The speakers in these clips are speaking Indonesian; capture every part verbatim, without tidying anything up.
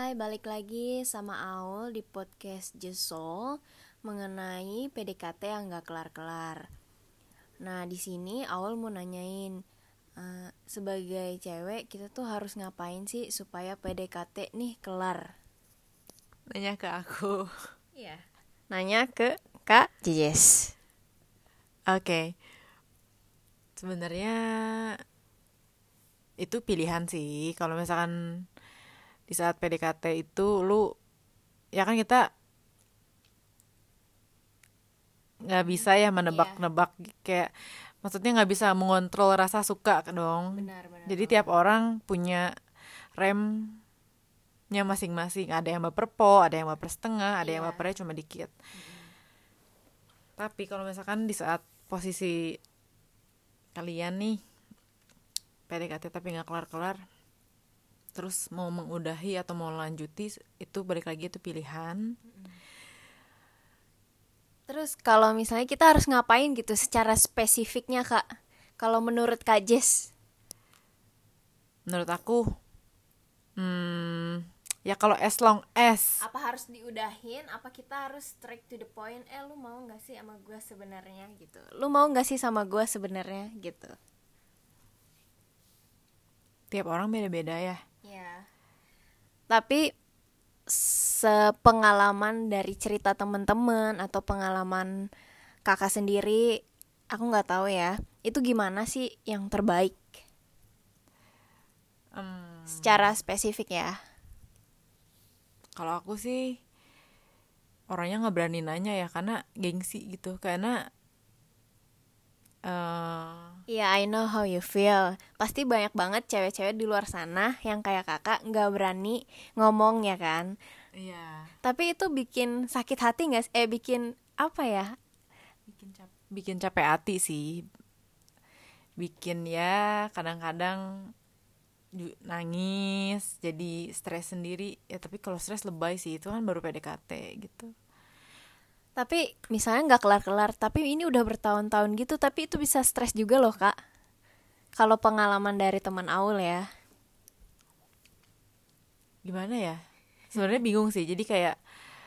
Hai, balik lagi sama Aul di podcast Jesol mengenai P D K T yang gak kelar-kelar. Nah, di sini Aul mau nanyain, uh, sebagai cewek kita tuh harus ngapain sih supaya P D K T nih kelar? Nanya ke aku. Iya. Nanya ke Kak Jess. Oke. Okay. Sebenarnya itu pilihan sih. Kalau misalkan di saat P D K T itu lu, ya kan kita nggak bisa ya menebak-nebak, kayak maksudnya nggak bisa mengontrol rasa suka dong. Benar, benar. Jadi tiap orang punya remnya masing-masing. Ada yang baper po, ada yang baper setengah, ada Iya. yang bapernya cuma dikit. Tapi kalau misalkan di saat posisi kalian nih P D K T tapi nggak kelar-kelar, terus mau mengudahi atau mau lanjuti, itu balik lagi itu pilihan. Terus kalau misalnya kita harus ngapain gitu secara spesifiknya, Kak? Kalau menurut Kak Jess? Menurut aku, hmm, ya kalau as long as Apa harus diudahin? Apa kita harus straight to the point? Eh, lu mau nggak sih sama gue sebenarnya gitu? Lu mau nggak sih sama gue sebenarnya gitu? tiap orang beda-beda ya. Ya. Tapi sepengalaman dari cerita teman-teman atau pengalaman kakak sendiri, aku nggak tahu ya. Itu gimana sih yang terbaik? Hmm, Secara spesifik ya. Kalau aku sih orangnya nggak berani nanya ya, karena gengsi gitu. Karena uh, Iya, I know how you feel. Pasti banyak banget cewek-cewek di luar sana yang kayak kakak nggak berani ngomong ya kan. iya, Tapi itu bikin sakit hati nggak? Eh, bikin apa ya? bikin cap bikin capek hati sih. Bikin ya kadang-kadang ju- nangis, jadi stres sendiri. Ya tapi kalau stres lebay sih, itu kan baru P D K T gitu. Tapi misalnya nggak kelar-kelar, tapi ini udah bertahun-tahun gitu, tapi itu bisa stres juga loh, Kak. Kalau pengalaman dari teman Aul ya. Gimana ya? Sebenarnya bingung sih. Jadi kayak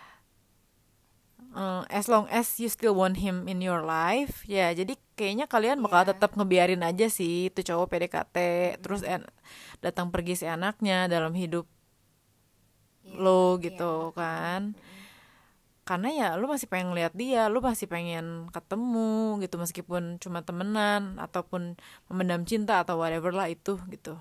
uh, as long as you still want him in your life, ya jadi kayaknya kalian bakal Iya. tetap ngebiarin aja sih itu cowok P D K T, terus en- datang pergi si anaknya dalam hidup Iya, lo iya. gitu kan. Karena ya lu masih pengen lihat dia, lu masih pengen ketemu gitu, meskipun cuma temenan ataupun memendam cinta atau whatever lah itu gitu.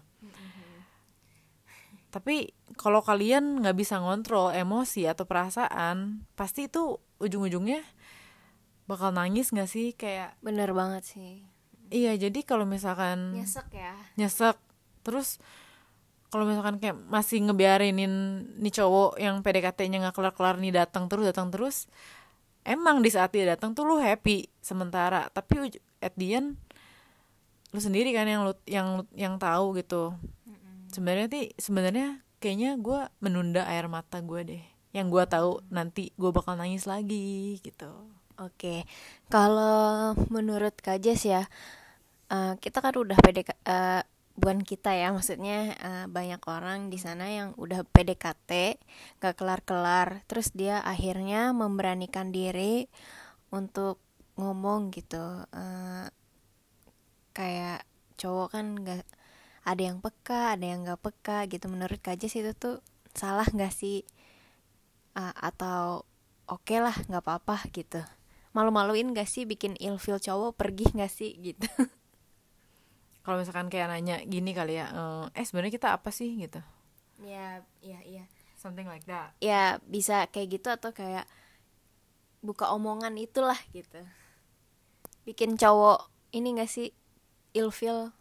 Tapi kalau kalian nggak bisa ngontrol emosi atau perasaan, pasti itu ujung-ujungnya bakal nangis nggak sih? Kayak Bener banget sih. iya, jadi kalau misalkan Nyesek ya. nyesek, terus kalau misalkan kayak masih ngebiarinin nih cowok yang P D K T-nya nggak kelar-kelar nih datang terus datang terus, emang di saat dia datang tuh lu happy sementara, tapi uj- at the end lu sendiri kan yang lu yang yang tahu gitu. Sebenarnya sih sebenarnya kayaknya gue menunda air mata gue deh, yang gue tahu nanti gue bakal nangis lagi gitu. Oke. Kalau menurut Kak Jess ya, eh, kita kan udah P D K, eh, bukan kita ya, maksudnya eh, banyak orang di sana yang udah P D K T gak kelar-kelar, terus dia akhirnya memberanikan diri untuk ngomong gitu. Eh, kayak cowok kan gak ada yang peka, ada yang gak peka gitu. Menurut Kak Jess itu tuh salah gak sih? Ah, atau oke lah, gak apa-apa gitu? Malu-maluin gak sih, bikin ilfeel cowok pergi gak sih gitu? Kalau misalkan kayak nanya gini kali ya, eh eh, sebenarnya kita apa sih gitu, Ya, ya, ya. something like that. Ya bisa kayak gitu, atau kayak buka omongan itulah gitu. Bikin cowok ini gak sih ilfeel?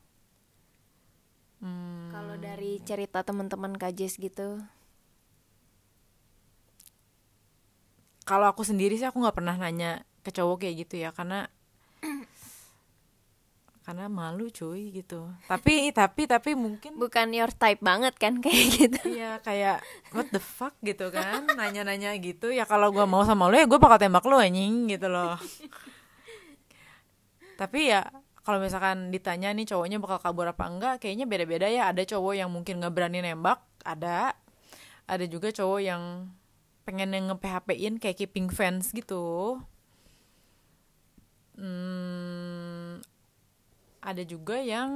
Hmm, Kalau dari cerita teman-teman Kak Jess gitu. kalau aku sendiri sih aku nggak pernah nanya ke cowok kayak gitu ya, karena karena malu cuy gitu. Tapi tapi tapi mungkin Bukan your type banget kan kayak gitu. iya, kayak what the fuck gitu kan, nanya-nanya gitu. Ya kalau gue mau sama lo ya gue bakal tembak lo anjing gitu loh. Tapi ya kalau misalkan ditanya nih cowoknya bakal kabur apa enggak, kayaknya beda-beda ya. Ada cowok yang mungkin nggak berani nembak, ada ada juga cowok yang pengen yang nge-P H P-in kayak keeping fans gitu. Hmm, ada juga yang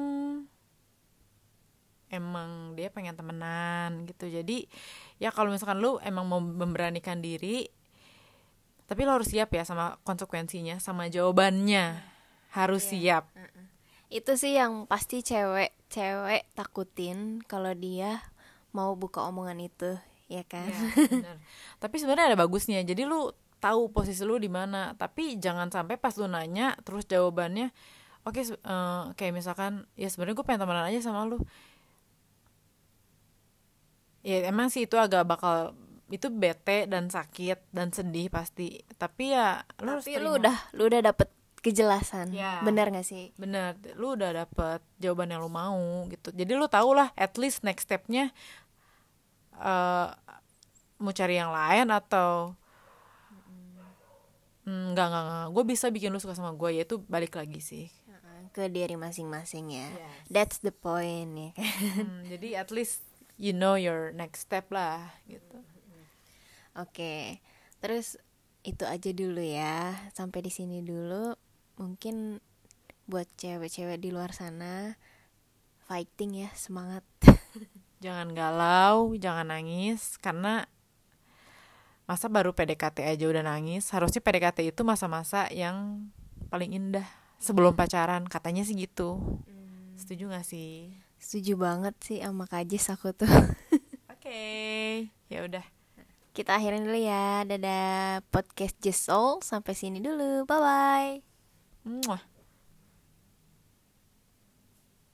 emang dia pengen temenan gitu. Jadi ya kalau misalkan lu emang mau memberanikan diri, tapi lo harus siap ya sama konsekuensinya, sama jawabannya. Harus Iya. siap. Itu sih yang pasti cewek cewek takutin kalau dia mau buka omongan itu, ya kan? Ya, benar. Tapi sebenarnya ada bagusnya. Jadi lu tahu posisi lu di mana. Tapi jangan sampai pas lu nanya terus jawabannya, oke, okay, uh, kayak misalkan, ya sebenarnya gue pengen temenan aja sama lu. Ya emang sih itu agak bakal, itu bete dan sakit dan sedih pasti. Tapi ya lu harus Tapi terima. lu udah lu udah dapet kejelasan, Ya. bener gak sih? Bener, lu udah dapet jawaban yang lu mau gitu. Jadi lu tau lah at least next stepnya, uh, mau cari yang lain atau mm, enggak enggak enggak gue bisa bikin lu suka sama gue, yaitu balik lagi sih. Ke diri masing-masing ya. Yes. That's the point ya kan. Hmm, jadi at least you know your next step lah gitu. Oke. Terus itu aja dulu ya. Sampai di sini dulu. Mungkin buat cewek-cewek di luar sana, fighting ya, semangat. Jangan galau, jangan nangis, karena masa baru P D K T aja udah nangis. Harusnya P D K T itu masa-masa yang paling indah sebelum pacaran, katanya sih gitu. hmm. Setuju gak sih? Setuju banget sih sama Kak Jess aku tuh. Oke, okay. Ya udah. Kita akhirin dulu ya. Dadah podcast Jess Soul. Sampai sini dulu. Bye bye. Muah.